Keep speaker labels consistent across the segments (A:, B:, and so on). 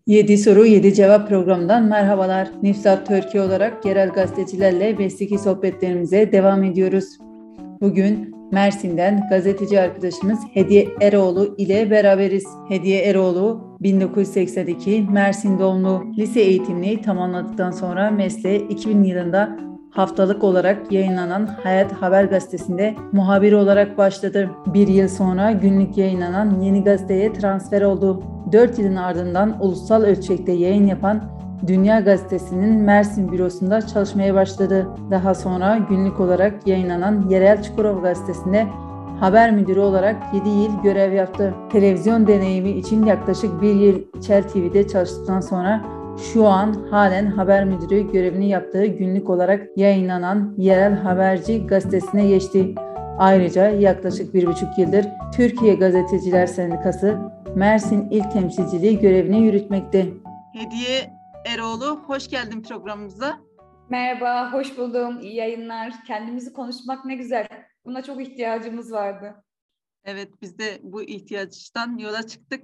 A: 7 soru 7 cevap programından merhabalar. Nifsat Türkiye olarak yerel gazetecilerle mesleki sohbetlerimize devam ediyoruz. Bugün Mersin'den gazeteci arkadaşımız Hediye Eroğlu ile beraberiz. Hediye Eroğlu 1982 Mersin doğumlu, lise eğitimini tamamladıktan sonra mesleğe 2000 yılında haftalık olarak yayınlanan Hayat Haber Gazetesi'nde muhabir olarak başladı. Bir yıl sonra günlük yayınlanan Yeni Gazete'ye transfer oldu. 4 yılın ardından ulusal ölçekte yayın yapan Dünya Gazetesi'nin Mersin bürosunda çalışmaya başladı. Daha sonra günlük olarak yayınlanan Yerel Çukurova Gazetesi'nde haber müdürü olarak 7 yıl görev yaptı. Televizyon deneyimi için yaklaşık 1 yıl Çel TV'de çalıştıktan sonra şu an halen haber müdürü görevini yaptığı günlük olarak yayınlanan Yerel Haberci Gazetesi'ne geçti. Ayrıca yaklaşık 1,5 yıldır Türkiye Gazeteciler Sendikası Mersin İl Temsilciliği görevini yürütmekte.
B: Hediye Eroğlu, hoş geldin programımıza.
C: Merhaba, hoş buldum. İyi yayınlar. Kendimizi konuşmak ne güzel. Buna çok ihtiyacımız vardı.
B: Evet, biz de bu ihtiyaçtan yola çıktık.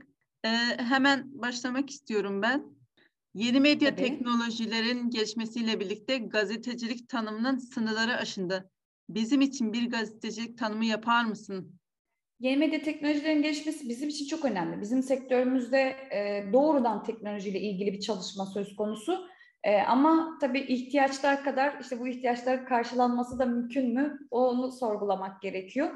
B: Hemen başlamak istiyorum ben. Yeni medya teknolojilerin gelişmesiyle birlikte gazetecilik tanımının sınırları aşındı. Bizim için bir gazetecilik tanımı yapar mısın?
C: Yeni medya teknolojilerin gelişmesi bizim için çok önemli. Bizim sektörümüzde doğrudan teknolojiyle ilgili bir çalışma söz konusu. Ama tabii ihtiyaçlar kadar işte bu ihtiyaçların karşılanması da mümkün mü? Onu sorgulamak gerekiyor.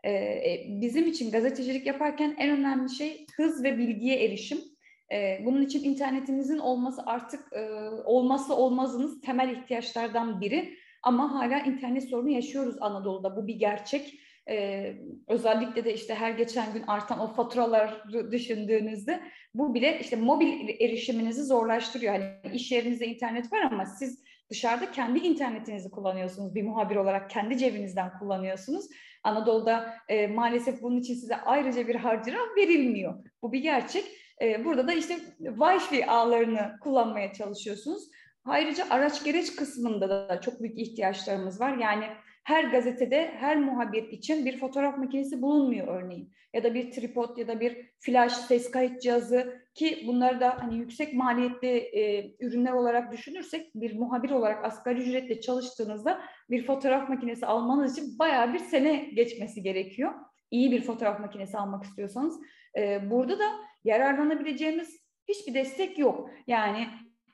C: Bizim için gazetecilik yaparken en önemli şey hız ve bilgiye erişim. Bunun için internetimizin olması artık olmazsa olmazınız temel ihtiyaçlardan biri. Ama hala internet sorunu yaşıyoruz Anadolu'da. Bu bir gerçek. Özellikle de işte her geçen gün artan o faturaları düşündüğünüzde bu bile işte mobil erişiminizi zorlaştırıyor. Hani iş yerinizde internet var ama siz dışarıda kendi internetinizi kullanıyorsunuz. Bir muhabir olarak kendi cebinizden kullanıyorsunuz. Anadolu'da maalesef bunun için size ayrıca bir harcırah verilmiyor. Bu bir gerçek. Burada da işte Wi-Fi ağlarını kullanmaya çalışıyorsunuz. Ayrıca araç gereç kısmında da çok büyük ihtiyaçlarımız var. Yani her gazetede her muhabir için bir fotoğraf makinesi bulunmuyor örneğin. Ya da bir tripod ya da bir flash ses kayıt cihazı ki bunları da hani yüksek maliyetli ürünler olarak düşünürsek bir muhabir olarak asgari ücretle çalıştığınızda bir fotoğraf makinesi almanız için bayağı bir sene geçmesi gerekiyor. İyi bir fotoğraf makinesi almak istiyorsanız. Burada da yararlanabileceğimiz hiçbir destek yok. Yani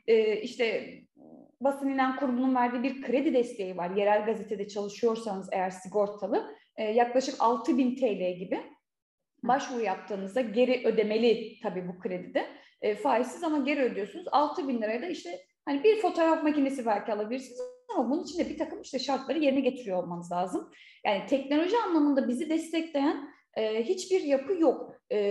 C: işte Basın İnan Kurumu'nun verdiği bir kredi desteği var. Yerel gazetede çalışıyorsanız eğer sigortalı yaklaşık 6.000 TL gibi başvuru yaptığınızda geri ödemeli tabii bu kredide. Faizsiz ama geri ödüyorsunuz. 6.000 liraya da işte hani bir fotoğraf makinesi belki alabilirsiniz ama bunun için de bir takım işte şartları yerine getiriyor olmanız lazım. Yani teknoloji anlamında bizi destekleyen hiçbir yapı yok.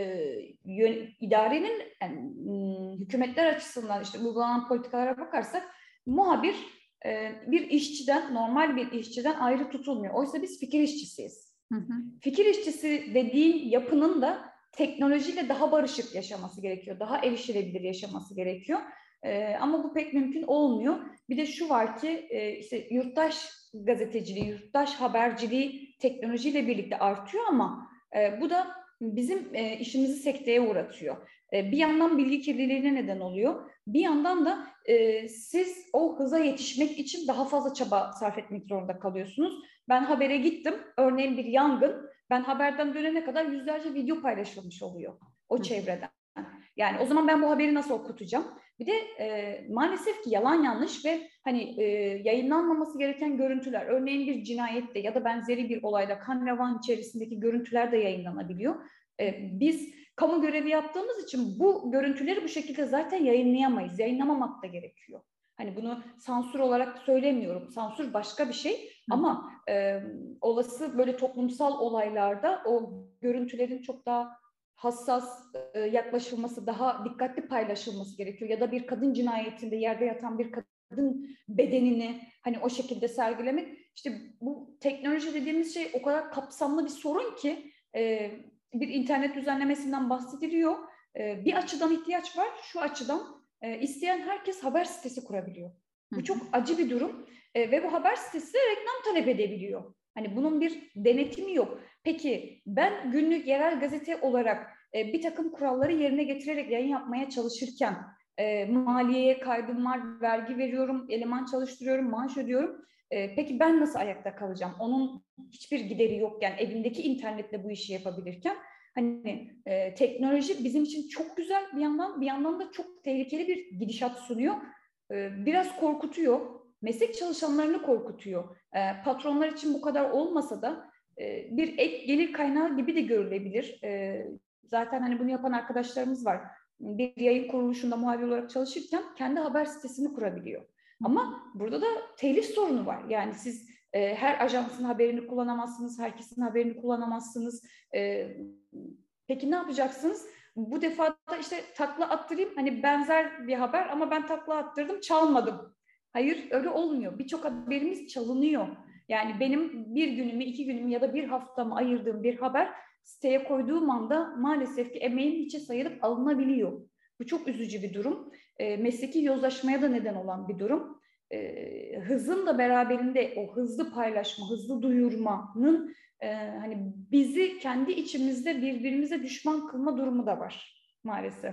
C: İdarenin yani, hükümetler açısından işte uygulanan politikalara bakarsak muhabir bir işçiden, normal bir işçiden ayrı tutulmuyor. Oysa biz fikir işçisiyiz. Hı hı. Fikir işçisi dediğin yapının da teknolojiyle daha barışık yaşaması gerekiyor. Daha erişilebilir yaşaması gerekiyor. Ama bu pek mümkün olmuyor. Bir de şu var ki işte yurttaş gazeteciliği, yurttaş haberciliği teknolojiyle birlikte artıyor ama bu da bizim işimizi sekteye uğratıyor. Bir yandan bilgi kirliliğine neden oluyor. Bir yandan da siz o hıza yetişmek için daha fazla çaba sarf etmek zorunda kalıyorsunuz. Ben habere gittim. Örneğin bir yangın. Ben haberden dönene kadar yüzlerce video paylaşılmış oluyor o çevreden. Yani o zaman ben bu haberi nasıl okutacağım? Bir de maalesef ki yalan yanlış ve hani yayınlanmaması gereken görüntüler. Örneğin bir cinayette ya da benzeri bir olayda kan revan içerisindeki görüntüler de yayınlanabiliyor. Biz kamu görevi yaptığımız için bu görüntüleri bu şekilde zaten yayınlayamayız. Yayınlamamak da gerekiyor. Hani bunu sansür olarak söylemiyorum. Sansür başka bir şey ama olası böyle toplumsal olaylarda o görüntülerin çok daha hassas yaklaşılması, daha dikkatli paylaşılması gerekiyor. Ya da bir kadın cinayetinde yerde yatan bir kadın bedenini hani o şekilde sergilemek. İşte bu teknoloji dediğimiz şey o kadar kapsamlı bir sorun ki bir internet düzenlemesinden bahsediliyor. Bir açıdan ihtiyaç var, şu açıdan isteyen herkes haber sitesi kurabiliyor. Bu çok acı bir durum ve bu haber sitesi de reklam talep edebiliyor. Hani bunun bir denetimi yok. Peki ben günlük yerel gazete olarak bir takım kuralları yerine getirerek yayın yapmaya çalışırken Maliyeye kaydım var, vergi veriyorum, eleman çalıştırıyorum, maaş ödüyorum. Peki ben nasıl ayakta kalacağım? Onun hiçbir gideri yokken, evindeki internetle bu işi yapabilirken, hani teknoloji bizim için çok güzel bir yandan da çok tehlikeli bir gidişat sunuyor. Biraz korkutuyor, meslek çalışanlarını korkutuyor. Patronlar için bu kadar olmasa da bir ek gelir kaynağı gibi de görülebilir. Zaten hani bunu yapan arkadaşlarımız var. Bir yayın kuruluşunda muhabir olarak çalışırken kendi haber sitesini kurabiliyor. Ama burada da telif sorunu var. Yani siz her ajansın haberini kullanamazsınız, herkesin haberini kullanamazsınız. Peki ne yapacaksınız? Bu defa da işte takla attırayım. Hani benzer bir haber ama ben takla attırdım, çalmadım. Hayır, öyle olmuyor. Birçok haberimiz çalınıyor. Yani benim bir günümü, 2 günümü ya da bir haftamı ayırdığım bir haber siteye koyduğum anda maalesef ki emeğim hiçe sayılıp alınabiliyor. Bu çok üzücü bir durum. Mesleki yozlaşmaya da neden olan bir durum. Hızın da beraberinde o hızlı paylaşma, hızlı duyurmanın hani bizi kendi içimizde birbirimize düşman kılma durumu da var maalesef.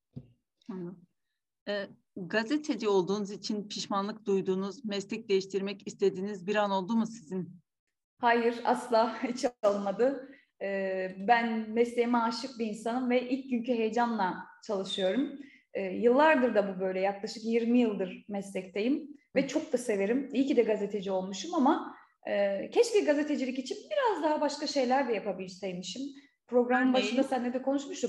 B: Gazeteci olduğunuz için pişmanlık duyduğunuz, meslek değiştirmek istediğiniz bir an oldu mu sizin?
C: Hayır, asla hiç olmadı. Ben mesleğime aşık bir insanım ve ilk günkü heyecanla çalışıyorum. Yıllardır da bu böyle, yaklaşık 20 yıldır meslekteyim ve çok da severim. İyi ki de gazeteci olmuşum ama keşke gazetecilik için biraz daha başka şeyler de yapabilseymişim. Programın başında seninle de konuşmuştuk.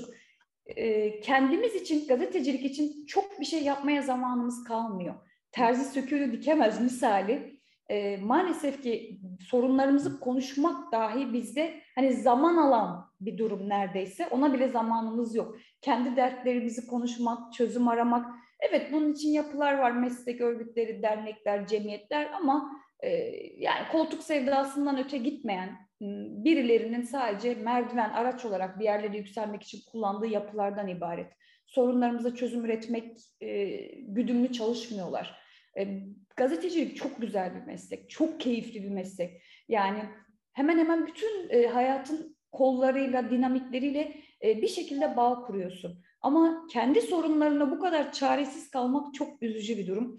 C: Kendimiz için, gazetecilik için çok bir şey yapmaya zamanımız kalmıyor. Terzi söküğünü dikemez misali. Maalesef ki sorunlarımızı konuşmak dahi bizde hani zaman alan bir durum neredeyse. Ona bile zamanımız yok. Kendi dertlerimizi konuşmak, çözüm aramak. Evet, bunun için yapılar var, meslek örgütleri, dernekler, cemiyetler ama yani koltuk sevdasından öte gitmeyen, birilerinin sadece merdiven, araç olarak bir yerlere yükselmek için kullandığı yapılardan ibaret. Sorunlarımıza çözüm üretmek güdümlü çalışmıyorlar. Gazetecilik çok güzel bir meslek, çok keyifli bir meslek. Yani hemen hemen bütün hayatın kollarıyla, dinamikleriyle bir şekilde bağ kuruyorsun. Ama kendi sorunlarına bu kadar çaresiz kalmak çok üzücü bir durum.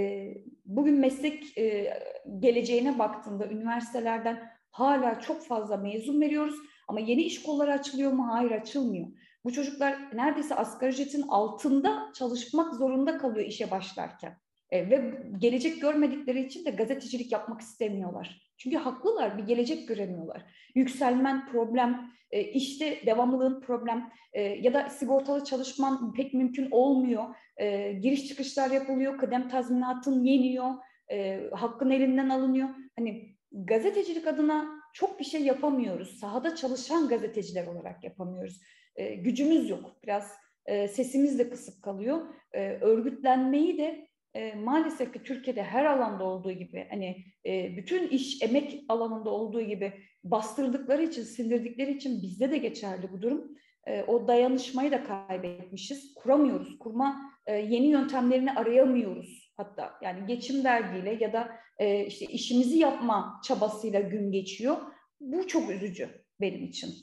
C: Bugün meslek geleceğine baktığında üniversitelerden hala çok fazla mezun veriyoruz. Ama yeni iş kolları açılıyor mu? Hayır, açılmıyor. Bu çocuklar neredeyse asgari ücretin altında çalışmak zorunda kalıyor işe başlarken. Ve gelecek görmedikleri için de gazetecilik yapmak istemiyorlar. Çünkü haklılar, bir gelecek göremiyorlar. Yükselmen problem, işte devamlılığın problem ya da sigortalı çalışman pek mümkün olmuyor. Giriş çıkışlar yapılıyor, kıdem tazminatın yeniyor, hakkın elinden alınıyor. Hani gazetecilik adına çok bir şey yapamıyoruz. Sahada çalışan gazeteciler olarak yapamıyoruz. Gücümüz yok. Biraz sesimiz de kısık kalıyor. Örgütlenmeyi de maalesef ki Türkiye'de her alanda olduğu gibi hani bütün iş emek alanında olduğu gibi bastırdıkları için, sindirdikleri için bizde de geçerli bu durum. O dayanışmayı da kaybetmişiz. Kuramıyoruz. Yeni yöntemlerini arayamıyoruz hatta. Yani geçim derdiyle ya da işte işimizi yapma çabasıyla gün geçiyor. Bu çok üzücü benim için.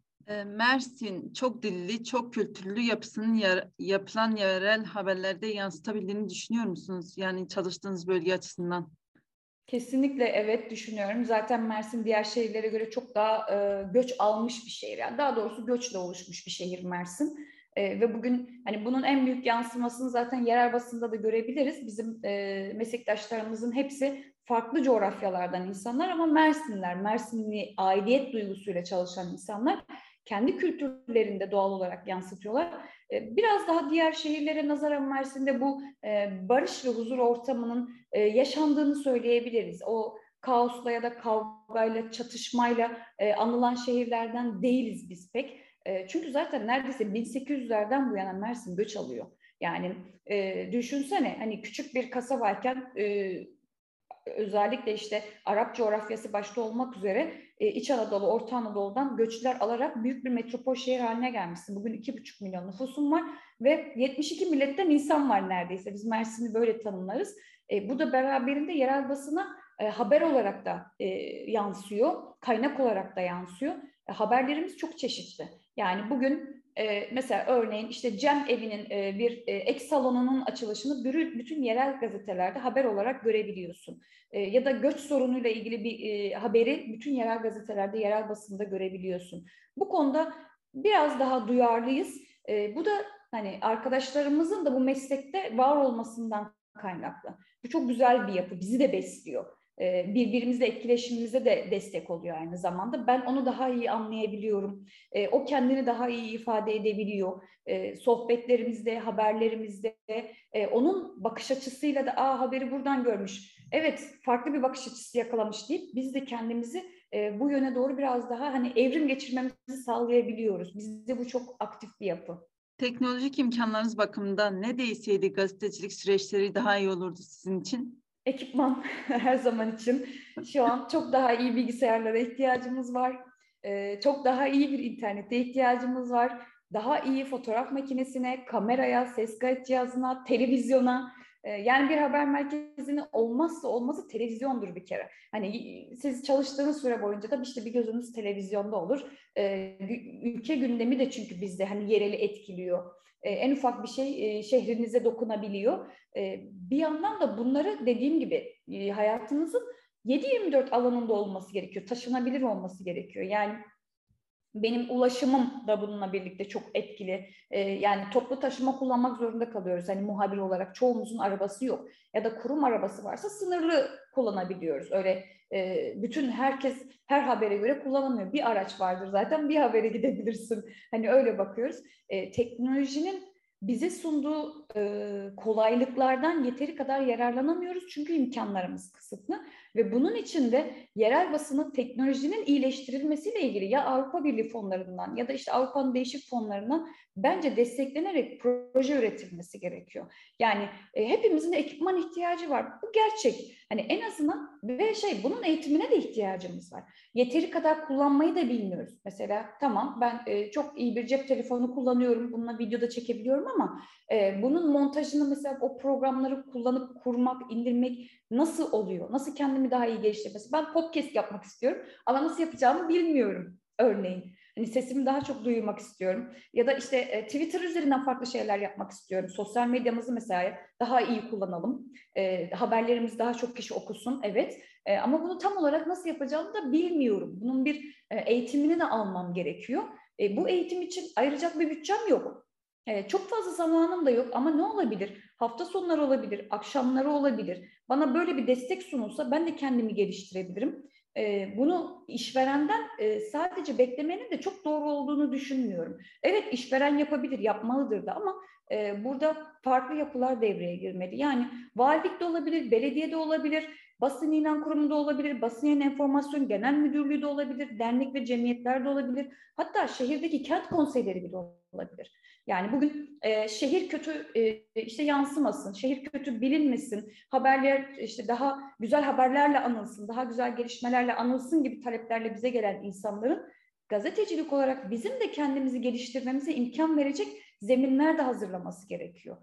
B: Mersin çok dilli, çok kültürlü yapısının yapılan yerel haberlerde yansıtabildiğini düşünüyor musunuz? Yani çalıştığınız bölge açısından.
C: Kesinlikle evet düşünüyorum. Zaten Mersin diğer şehirlere göre çok daha göç almış bir şehir. Yani daha doğrusu göçle oluşmuş bir şehir Mersin. Ve bugün hani bunun en büyük yansımasını zaten yerel basında da görebiliriz. Bizim meslektaşlarımızın hepsi farklı coğrafyalardan insanlar ama Mersinliler, Mersinli aidiyet duygusuyla çalışan insanlar kendi kültürlerinde doğal olarak yansıtıyorlar. Biraz daha diğer şehirlere nazaran Mersin'de bu barış ve huzur ortamının yaşandığını söyleyebiliriz. O kaosla ya da kavgayla, çatışmayla anılan şehirlerden değiliz biz pek. Çünkü zaten neredeyse 1800'lerden bu yana Mersin göç alıyor. Yani düşünsene hani küçük bir kasabayken özellikle işte Arap coğrafyası başta olmak üzere İç Anadolu, Orta Anadolu'dan göçler alarak büyük bir metropol şehir haline gelmişsin. Bugün 2,5 milyon nüfusun var ve 72 milletten insan var neredeyse. Biz Mersin'i böyle tanımlarız. Bu da beraberinde yerel basına haber olarak da yansıyor, kaynak olarak da yansıyor. Haberlerimiz çok çeşitli. Yani bugün Mesela örneğin işte Cem Evi'nin bir ek salonunun açılışını bütün yerel gazetelerde haber olarak görebiliyorsun. Ya da göç sorunuyla ilgili bir haberi bütün yerel gazetelerde, yerel basında görebiliyorsun. Bu konuda biraz daha duyarlıyız. Bu da hani arkadaşlarımızın da bu meslekte var olmasından kaynaklı. Bu çok güzel bir yapı, bizi de besliyor. Birbirimizle etkileşimimize de destek oluyor aynı zamanda. Ben onu daha iyi anlayabiliyorum. O kendini daha iyi ifade edebiliyor. Sohbetlerimizde, haberlerimizde onun bakış açısıyla da haberi buradan görmüş. Evet, farklı bir bakış açısı yakalamış deyip biz de kendimizi bu yöne doğru biraz daha hani evrim geçirmemizi sağlayabiliyoruz. Bizde bu çok aktif bir yapı.
B: Teknolojik imkanlarınız bakımından ne değişseydi gazetecilik süreçleri daha iyi olurdu sizin için?
C: Ekipman her zaman için. Şu an çok daha iyi bilgisayarlara ihtiyacımız var. Çok daha iyi bir internete ihtiyacımız var. Daha iyi fotoğraf makinesine, kameraya, ses kayıt cihazına, televizyona. Yani bir haber merkezinin olmazsa olmazı televizyondur bir kere. Hani siz çalıştığınız süre boyunca da işte bir gözünüz televizyonda olur. Ülke gündemi de çünkü bizde hani yereli etkiliyor. En ufak bir şey şehrinize dokunabiliyor. Bir yandan da bunları dediğim gibi hayatınızın 7/24 alanında olması gerekiyor. Taşınabilir olması gerekiyor. Yani benim ulaşımım da bununla birlikte çok etkili. Yani toplu taşıma kullanmak zorunda kalıyoruz. Hani muhabir olarak çoğumuzun arabası yok. Ya da kurum arabası varsa sınırlı kullanabiliyoruz. Öyle bütün herkes her habere göre kullanamıyor. Bir araç vardır zaten, bir habere gidebilirsin. Hani öyle bakıyoruz. Teknolojinin bize sunduğu kolaylıklardan yeteri kadar yararlanamıyoruz. Çünkü imkanlarımız kısıtlı. Ve bunun için de yerel basının teknolojinin iyileştirilmesiyle ilgili ya Avrupa Birliği fonlarından ya da işte Avrupa'nın değişik fonlarından bence desteklenerek proje üretilmesi gerekiyor. Yani hepimizin ekipman ihtiyacı var. Bu gerçek. Hani en azından ve bunun eğitimine de ihtiyacımız var. Yeteri kadar kullanmayı da bilmiyoruz. Mesela tamam ben çok iyi bir cep telefonu kullanıyorum. Bununla videoda çekebiliyorum ama bunun montajını mesela o programları kullanıp kurmak, indirmek nasıl oluyor? Nasıl kendimi daha iyi geliştirmesi? Ben podcast yapmak istiyorum ama nasıl yapacağımı bilmiyorum örneğin. Hani sesimi daha çok duyurmak istiyorum. Ya da işte Twitter üzerinden farklı şeyler yapmak istiyorum. Sosyal medyamızı mesela daha iyi kullanalım. Haberlerimizi daha çok kişi okusun. Evet. Ama bunu tam olarak nasıl yapacağımı da bilmiyorum. Bunun bir eğitimini de almam gerekiyor. Bu eğitim için ayıracak bir bütçem yok. Çok fazla zamanım da yok ama ne olabilir? Hafta sonları olabilir, akşamları olabilir. Bana böyle bir destek sunulsa ben de kendimi geliştirebilirim. Bunu işverenden sadece beklemenin de çok doğru olduğunu düşünmüyorum. Evet, işveren yapabilir, yapmalıdır da ama burada farklı yapılar devreye girmeli. Yani valilik de olabilir, belediye de olabilir, basın ilan kurumu da olabilir, basın yayın enformasyon genel müdürlüğü de olabilir, dernek ve cemiyetler de olabilir. Hatta şehirdeki kent konseyleri bile olabilir. Yani bugün şehir kötü işte yansımasın, şehir kötü bilinmesin, haberler işte daha güzel haberlerle anılsın, daha güzel gelişmelerle anılsın gibi taleplerle bize gelen insanların gazetecilik olarak bizim de kendimizi geliştirmemize imkan verecek zeminler de hazırlaması gerekiyor.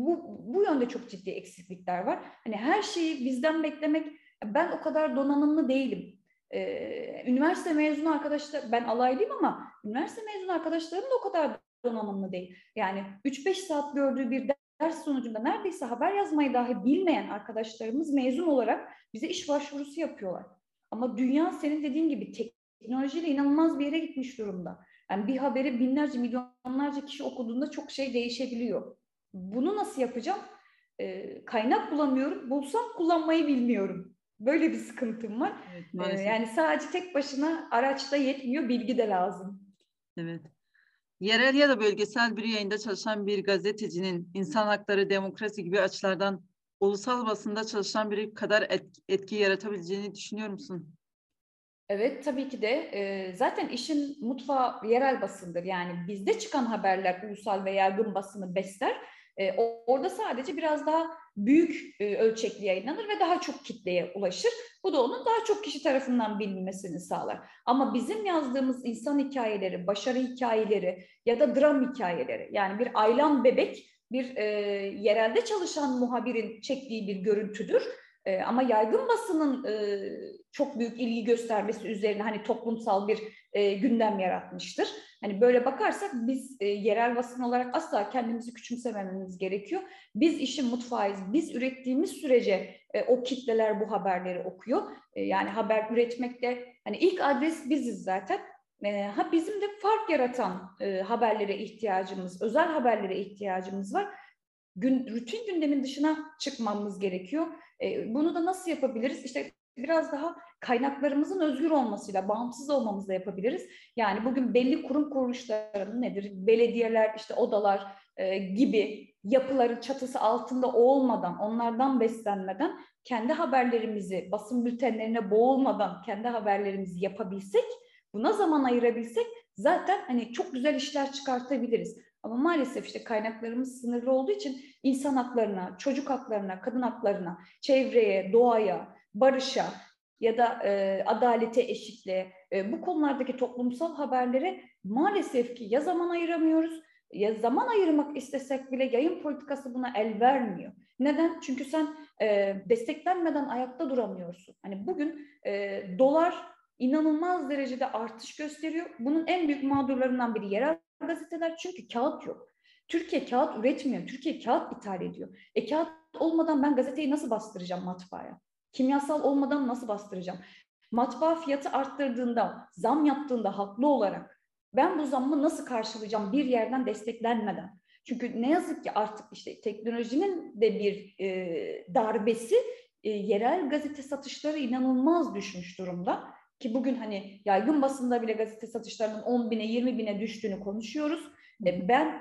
C: Bu yönde çok ciddi eksiklikler var. Hani her şeyi bizden beklemek, ben o kadar donanımlı değilim. Üniversite mezunu arkadaşlar, ben alaylıyım ama üniversite mezunu arkadaşlarım da o kadar donanımlı değil. Yani 3-5 saat gördüğü bir ders sonucunda neredeyse haber yazmayı dahi bilmeyen arkadaşlarımız mezun olarak bize iş başvurusu yapıyorlar. Ama dünya senin dediğin gibi teknolojiyle inanılmaz bir yere gitmiş durumda. Yani bir haberi binlerce, milyonlarca kişi okuduğunda çok şey değişebiliyor. Bunu nasıl yapacağım? Kaynak bulamıyorum. Bulsam kullanmayı bilmiyorum. Böyle bir sıkıntım var.
B: Evet, maalesef.
C: Yani sadece tek başına araçta yetmiyor, bilgi de lazım.
B: Evet. Yerel ya da bölgesel bir yayında çalışan bir gazetecinin insan hakları, demokrasi gibi açılardan ulusal basında çalışan biri kadar etki yaratabileceğini düşünüyor musun?
C: Evet, tabii ki de zaten işin mutfağı yerel basındır. Yani bizde çıkan haberler ulusal ve yaygın basını besler. Orada sadece biraz daha büyük ölçekli yayınlanır ve daha çok kitleye ulaşır. Bu da onun daha çok kişi tarafından bilinmesini sağlar. Ama bizim yazdığımız insan hikayeleri, başarı hikayeleri ya da dram hikayeleri, yani bir Aylan Bebek bir yerelde çalışan muhabirin çektiği bir görüntüdür. Ama yaygın basının çok büyük ilgi göstermesi üzerine hani toplumsal bir gündem yaratmıştır. Hani böyle bakarsak biz yerel basın olarak asla kendimizi küçümsemememiz gerekiyor. Biz işin mutfağıyız. Biz ürettiğimiz sürece o kitleler bu haberleri okuyor. Yani haber üretmekte hani ilk adres biziz zaten. Bizim de fark yaratan haberlere ihtiyacımız, özel haberlere ihtiyacımız var. Rutin gündemin dışına çıkmamız gerekiyor. Bunu da nasıl yapabiliriz? İşte biraz daha kaynaklarımızın özgür olmasıyla, bağımsız olmamızla yapabiliriz. Yani bugün belli kurum kuruluşlarının nedir? Belediyeler, işte odalar gibi yapıların çatısı altında olmadan, onlardan beslenmeden kendi haberlerimizi, basın bültenlerine boğulmadan kendi haberlerimizi yapabilsek, buna zaman ayırabilsek zaten hani çok güzel işler çıkartabiliriz. Ama maalesef işte kaynaklarımız sınırlı olduğu için insan haklarına, çocuk haklarına, kadın haklarına, çevreye, doğaya, barışa ya da adalete, eşitliğe bu konulardaki toplumsal haberlere maalesef ki ya zaman ayıramıyoruz ya zaman ayırmak istesek bile yayın politikası buna el vermiyor. Neden? Çünkü sen desteklenmeden ayakta duramıyorsun. Hani bugün dolar inanılmaz derecede artış gösteriyor. Bunun en büyük mağdurlarından biri yerel gazeteler, çünkü kağıt yok. Türkiye kağıt üretmiyor. Türkiye kağıt ithal ediyor. Kağıt olmadan ben gazeteyi nasıl bastıracağım matbaaya? Kimyasal olmadan nasıl bastıracağım? Matbaa fiyatı arttırdığında, zam yaptığında haklı olarak ben bu zammı nasıl karşılayacağım bir yerden desteklenmeden? Çünkü ne yazık ki artık işte teknolojinin de bir darbesi yerel gazete satışları inanılmaz düşmüş durumda. Ki bugün hani yaygın basında bile gazete satışlarının 10 bine 20 bine düştüğünü konuşuyoruz. Ben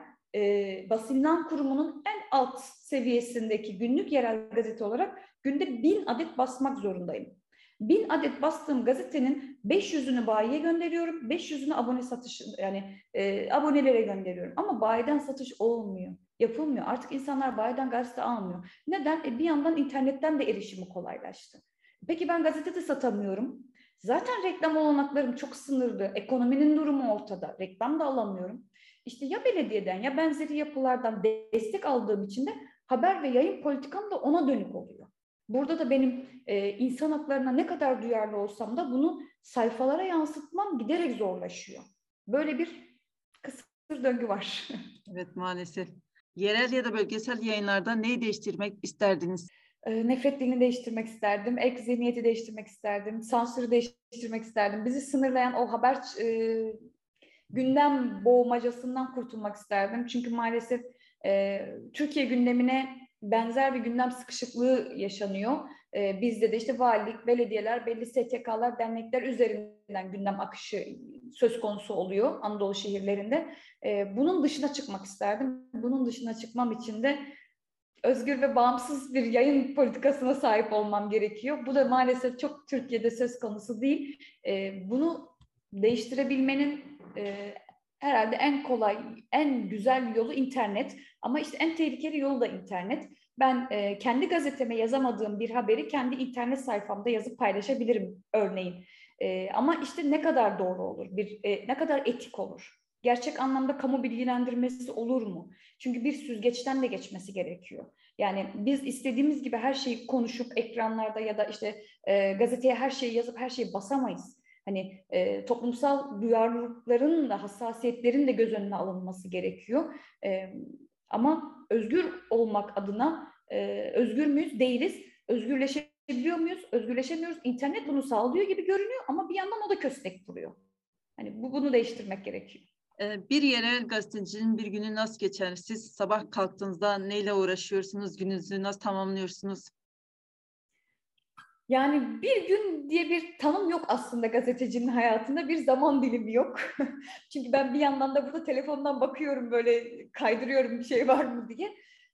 C: Basınlan Kurumu'nun en alt seviyesindeki günlük yerel gazete olarak günde 1000 adet basmak zorundayım. 1000 adet bastığım gazetenin 500'ünü bayiye gönderiyorum, 500'ünü abone satışı yani abonelere gönderiyorum. Ama bayiden satış olmuyor, yapılmıyor. Artık insanlar bayiden gazete almıyor. Neden? Bir yandan internetten de erişimi kolaylaştı. Peki ben gazetede satamıyorum. Zaten reklam olanaklarım çok sınırlı. Ekonominin durumu ortada. Reklam da alamıyorum. İşte ya belediyeden ya benzeri yapılardan destek aldığım için de haber ve yayın politikam da ona dönük oluyor. Burada da benim insan haklarına ne kadar duyarlı olsam da bunu sayfalara yansıtmam giderek zorlaşıyor. Böyle bir kısır döngü var.
B: Evet, maalesef. Yerel ya da bölgesel yayınlarda neyi değiştirmek isterdiniz?
C: Nefret dilini değiştirmek isterdim, ek zihniyeti değiştirmek isterdim, sansürü değiştirmek isterdim. Bizi sınırlayan o haber gündem boğmacasından kurtulmak isterdim. Çünkü maalesef Türkiye gündemine benzer bir gündem sıkışıklığı yaşanıyor. Bizde de işte valilik, belediyeler, belli STK'lar, dernekler üzerinden gündem akışı söz konusu oluyor Anadolu şehirlerinde. Bunun dışına çıkmak isterdim. Bunun dışına çıkmam için de özgür ve bağımsız bir yayın politikasına sahip olmam gerekiyor. Bu da maalesef çok Türkiye'de söz konusu değil. Bunu değiştirebilmenin herhalde en kolay, en güzel yolu internet. Ama işte en tehlikeli yolu da internet. Ben kendi gazeteme yazamadığım bir haberi kendi internet sayfamda yazıp paylaşabilirim örneğin. Ama işte ne kadar doğru olur, ne kadar etik olur? Gerçek anlamda kamu bilgilendirmesi olur mu? Çünkü bir süzgeçten de geçmesi gerekiyor. Yani biz istediğimiz gibi her şeyi konuşup ekranlarda ya da işte gazeteye her şeyi yazıp her şeyi basamayız. Hani toplumsal duyarlılıkların da hassasiyetlerin de göz önüne alınması gerekiyor. Ama özgür olmak adına özgür müyüz? Değiliz. Özgürleşebiliyor muyuz? Özgürleşemiyoruz. İnternet bunu sağlıyor gibi görünüyor ama bir yandan o da köstek vuruyor. Hani bunu değiştirmek gerekiyor.
B: Bir yerel gazetecinin bir günü nasıl geçer? Siz sabah kalktığınızda neyle uğraşıyorsunuz? Gününüzü nasıl tamamlıyorsunuz?
C: Yani bir gün diye bir tanım yok aslında gazetecinin hayatında. Bir zaman dilimi yok. Çünkü ben bir yandan da burada telefondan bakıyorum, böyle kaydırıyorum bir şey var mı diye.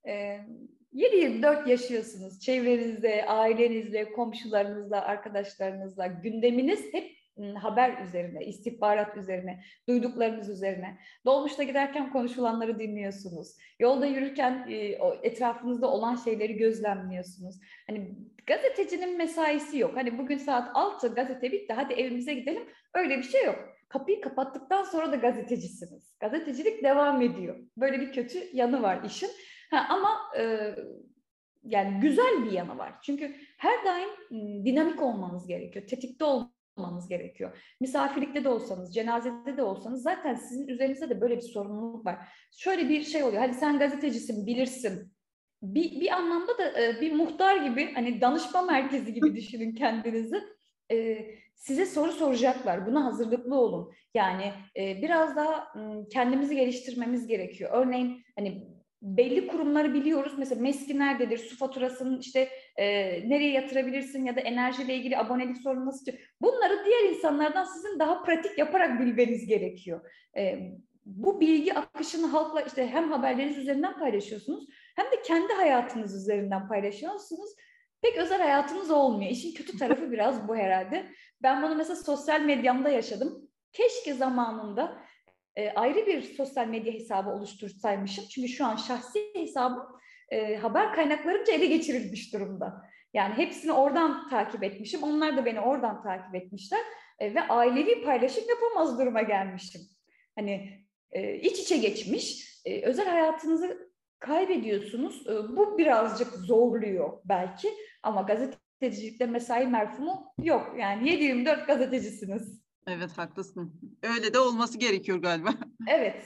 C: 7/24 yaşıyorsunuz. Çevrenizde, ailenizle, komşularınızla, arkadaşlarınızla. Gündeminiz hep haber üzerine, istihbarat üzerine, duyduklarınız üzerine. Dolmuşta giderken konuşulanları dinliyorsunuz. Yolda yürürken etrafınızda olan şeyleri gözlemliyorsunuz. Hani gazetecinin mesaisi yok. Hani bugün saat 6 gazete bitti, hadi evimize gidelim. Öyle bir şey yok. Kapıyı kapattıktan sonra da gazetecisiniz. Gazetecilik devam ediyor. Böyle bir kötü yanı var işin. Ama yani güzel bir yanı var. Çünkü her daim dinamik olmanız gerekiyor, tetikte olmanız gerekiyor. Misafirlikte de olsanız, cenazede de olsanız zaten sizin üzerinizde de böyle bir sorumluluk var. Şöyle bir şey oluyor, hani sen gazetecisin, bilirsin. Bir anlamda da bir muhtar gibi, hani danışma merkezi gibi düşünün kendinizi. Size soru soracaklar. Buna hazırlıklı olun. Yani biraz daha kendimizi geliştirmemiz gerekiyor. Örneğin hani belli kurumları biliyoruz. Mesela MESKİ nerededir? Su faturasının işte nereye yatırabilirsin ya da enerjiyle ilgili abonelik sorunu nasıl? Bunları diğer insanlardan sizin daha pratik yaparak bilmeniz gerekiyor. Bu bilgi akışını halkla işte hem haberleriniz üzerinden paylaşıyorsunuz hem de kendi hayatınız üzerinden paylaşıyorsunuz. Pek özel hayatınız olmuyor. İşin kötü tarafı biraz bu herhalde. Ben bunu mesela sosyal medyamda yaşadım. Keşke zamanında ayrı bir sosyal medya hesabı oluştursaymışım. Çünkü şu an şahsi hesabım haber kaynaklarınca ele geçirilmiş durumda. Yani hepsini oradan takip etmişim. Onlar da beni oradan takip etmişler. Ve ailevi paylaşım yapamaz duruma gelmişim. Hani iç içe geçmiş. Özel hayatınızı kaybediyorsunuz. Bu birazcık zorluyor belki. Ama gazetecilikte mesai merhumu yok. Yani 7/24 gazetecisiniz.
B: Evet, haklısın. Öyle de olması gerekiyor galiba.
C: Evet.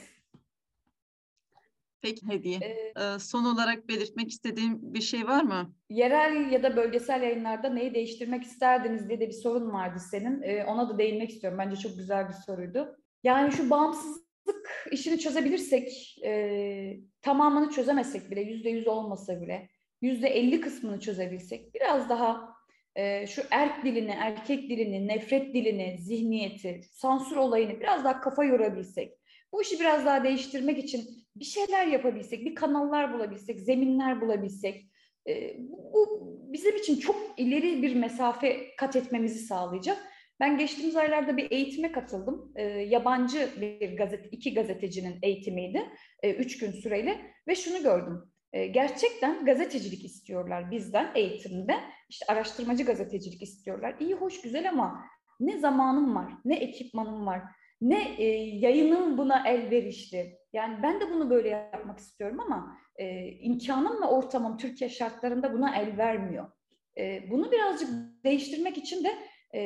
B: Peki Hediye.
C: Ee,
B: Son olarak belirtmek istediğim bir şey var mı?
C: Yerel ya da bölgesel yayınlarda neyi değiştirmek isterdiniz diye de bir sorun vardı senin. Ona da değinmek istiyorum. Bence çok güzel bir soruydu. Yani şu bağımsızlık işini çözebilirsek, tamamını çözemesek bile, %100 olmasa bile, %50 kısmını çözebilsek, biraz daha şu erk dilini, erkek dilini, nefret dilini, zihniyeti, sansür olayını biraz daha kafa yorabilsek, bu işi biraz daha değiştirmek için bir şeyler yapabilsek, bir kanallar bulabilsek, zeminler bulabilsek, bu bizim için çok ileri bir mesafe kat etmemizi sağlayacak. Ben geçtiğimiz aylarda bir eğitime katıldım. Yabancı bir iki gazetecinin eğitimiydi. 3 gün süreyle ve şunu gördüm. Gerçekten gazetecilik istiyorlar bizden eğitimde. İşte araştırmacı gazetecilik istiyorlar. İyi, hoş, güzel ama ne zamanım var, ne ekipmanım var, ne yayınım buna elverişli. Yani ben de bunu böyle yapmak istiyorum ama imkanım ve ortamım Türkiye şartlarında buna el vermiyor. Bunu birazcık değiştirmek için de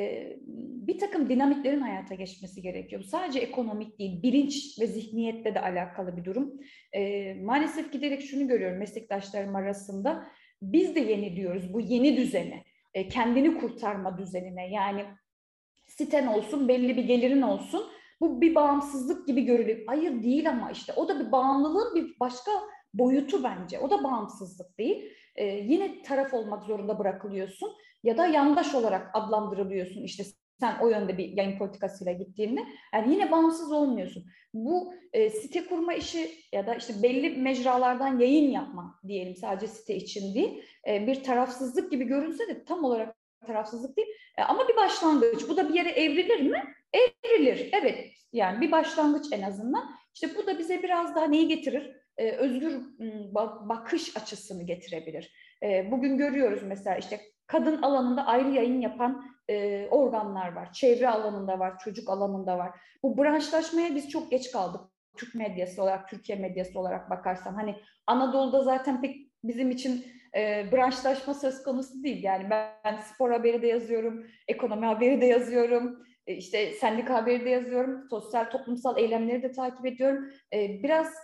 C: bir takım dinamiklerin hayata geçmesi gerekiyor. Bu sadece ekonomik değil, bilinç ve zihniyetle de alakalı bir durum. Maalesef giderek şunu görüyorum meslektaşlarım arasında. Biz de yeniliyoruz bu yeni düzene, kendini kurtarma düzenine. Yani siten olsun, belli bir gelirin olsun. Bu bir bağımsızlık gibi görülüyor. Hayır, değil ama işte o da bir bağımlılığın bir başka boyutu bence. O da bağımsızlık değil. Yine taraf olmak zorunda bırakılıyorsun ya da yandaş olarak adlandırılıyorsun. İşte sen o yönde bir yayın politikasıyla gittiğinde yani yine bağımsız olmuyorsun. Bu site kurma işi ya da işte belli mecralardan yayın yapma diyelim, sadece site için değil, bir tarafsızlık gibi görünse de tam olarak tarafsızlık değil. Ama bir başlangıç. Bu da bir yere evrilir mi? Evrilir. Evet. Yani bir başlangıç en azından. İşte bu da bize biraz daha neyi getirir? Özgür bakış açısını getirebilir. Bugün görüyoruz mesela işte kadın alanında ayrı yayın yapan organlar var. Çevre alanında var, çocuk alanında var. Bu branşlaşmaya biz çok geç kaldık. Türk medyası olarak, Türkiye medyası olarak bakarsan. Hani Anadolu'da zaten pek bizim için branşlaşma söz konusu değil. Yani ben spor haberi de yazıyorum, ekonomi haberi de yazıyorum, işte sendika haberi de yazıyorum, sosyal toplumsal eylemleri de takip ediyorum. Biraz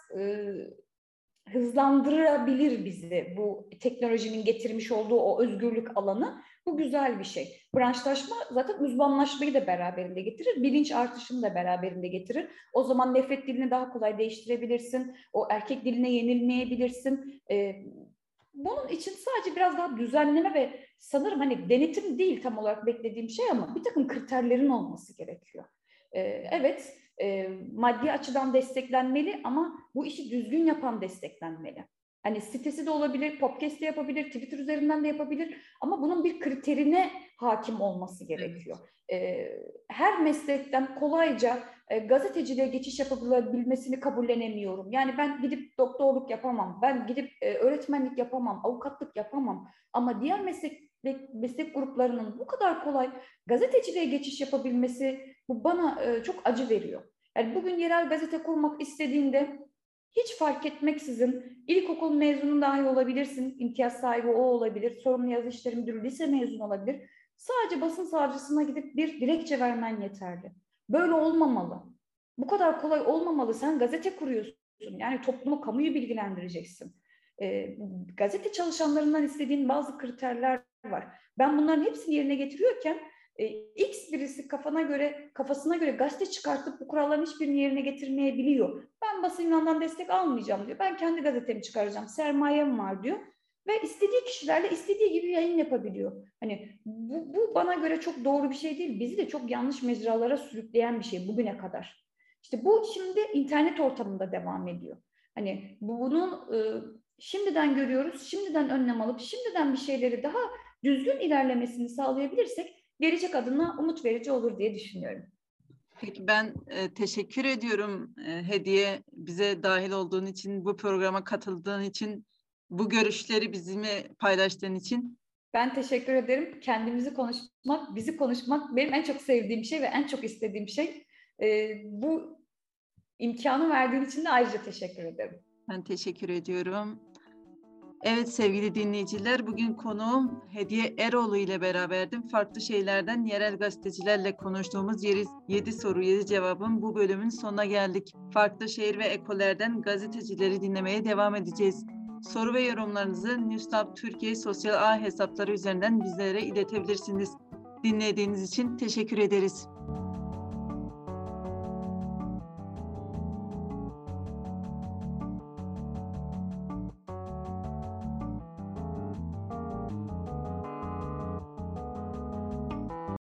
C: hızlandırabilir bizi bu teknolojinin getirmiş olduğu o özgürlük alanı. Bu güzel bir şey. Branşlaşma zaten uzmanlaşmayı da beraberinde getirir, bilinç artışını da beraberinde getirir. O zaman nefret dilini daha kolay değiştirebilirsin, o erkek diline yenilmeyebilirsin. Bunun için sadece biraz daha düzenleme ve sanırım hani denetim değil tam olarak beklediğim şey ama bir takım kriterlerin olması gerekiyor. Evet, maddi açıdan desteklenmeli ama bu işi düzgün yapan desteklenmeli. Hani sitesi de olabilir, podcast de yapabilir, Twitter üzerinden de yapabilir ama bunun bir kriterine hakim olması gerekiyor. Her meslekten kolayca gazeteciliğe geçiş yapabilmesini kabullenemiyorum. Yani ben gidip doktorluk yapamam, ben gidip öğretmenlik yapamam, avukatlık yapamam ama diğer meslek gruplarının bu kadar kolay gazeteciliğe geçiş yapabilmesi bu bana çok acı veriyor. Yani bugün yerel gazete kurmak istediğinde Hiç fark etmeksizin ilkokul mezunu dahi olabilirsin, imtiyaz sahibi o olabilir, sorumlu yazı işleri müdürü lise mezunu olabilir. Sadece basın savcısına gidip bir dilekçe vermen yeterli. Böyle olmamalı. Bu kadar kolay olmamalı. Sen gazete kuruyorsun. Yani toplumu, kamuyu bilgilendireceksin. Gazete çalışanlarından istediğin bazı kriterler var. Ben bunların hepsini yerine getiriyorken X birisi kafasına göre gazete çıkartıp bu kuralların hiçbirini yerine getirmeyebiliyor. Ben basın ilanından destek almayacağım diyor. Ben kendi gazetemi çıkaracağım. Sermayem var diyor. Ve istediği kişilerle istediği gibi yayın yapabiliyor. Hani bu bana göre çok doğru bir şey değil. Bizi de çok yanlış mecralara sürükleyen bir şey bugüne kadar. İşte bu şimdi internet ortamında devam ediyor. Hani bunun şimdiden görüyoruz, şimdiden önlem alıp şimdiden bir şeyleri daha düzgün ilerlemesini sağlayabilirsek gelecek adına umut verici olur diye düşünüyorum.
B: Peki ben teşekkür ediyorum Hediye, bize dahil olduğun için, bu programa katıldığın için, bu görüşleri bizimle paylaştığın için.
C: Ben teşekkür ederim. Kendimizi konuşmak, bizi konuşmak benim en çok sevdiğim şey ve en çok istediğim şey. Bu imkanı verdiğin için de ayrıca teşekkür ederim.
B: Ben teşekkür ediyorum. Evet sevgili dinleyiciler, bugün konuğum Hediye Eroğlu ile beraberdim. Farklı şeylerden yerel gazetecilerle konuştuğumuz 7 soru 7 cevabın bu bölümün sonuna geldik. Farklı şehir ve ekollerden gazetecileri dinlemeye devam edeceğiz. Soru ve yorumlarınızı Newslab Türkiye sosyal ağ hesapları üzerinden bizlere iletebilirsiniz. Dinlediğiniz için teşekkür ederiz.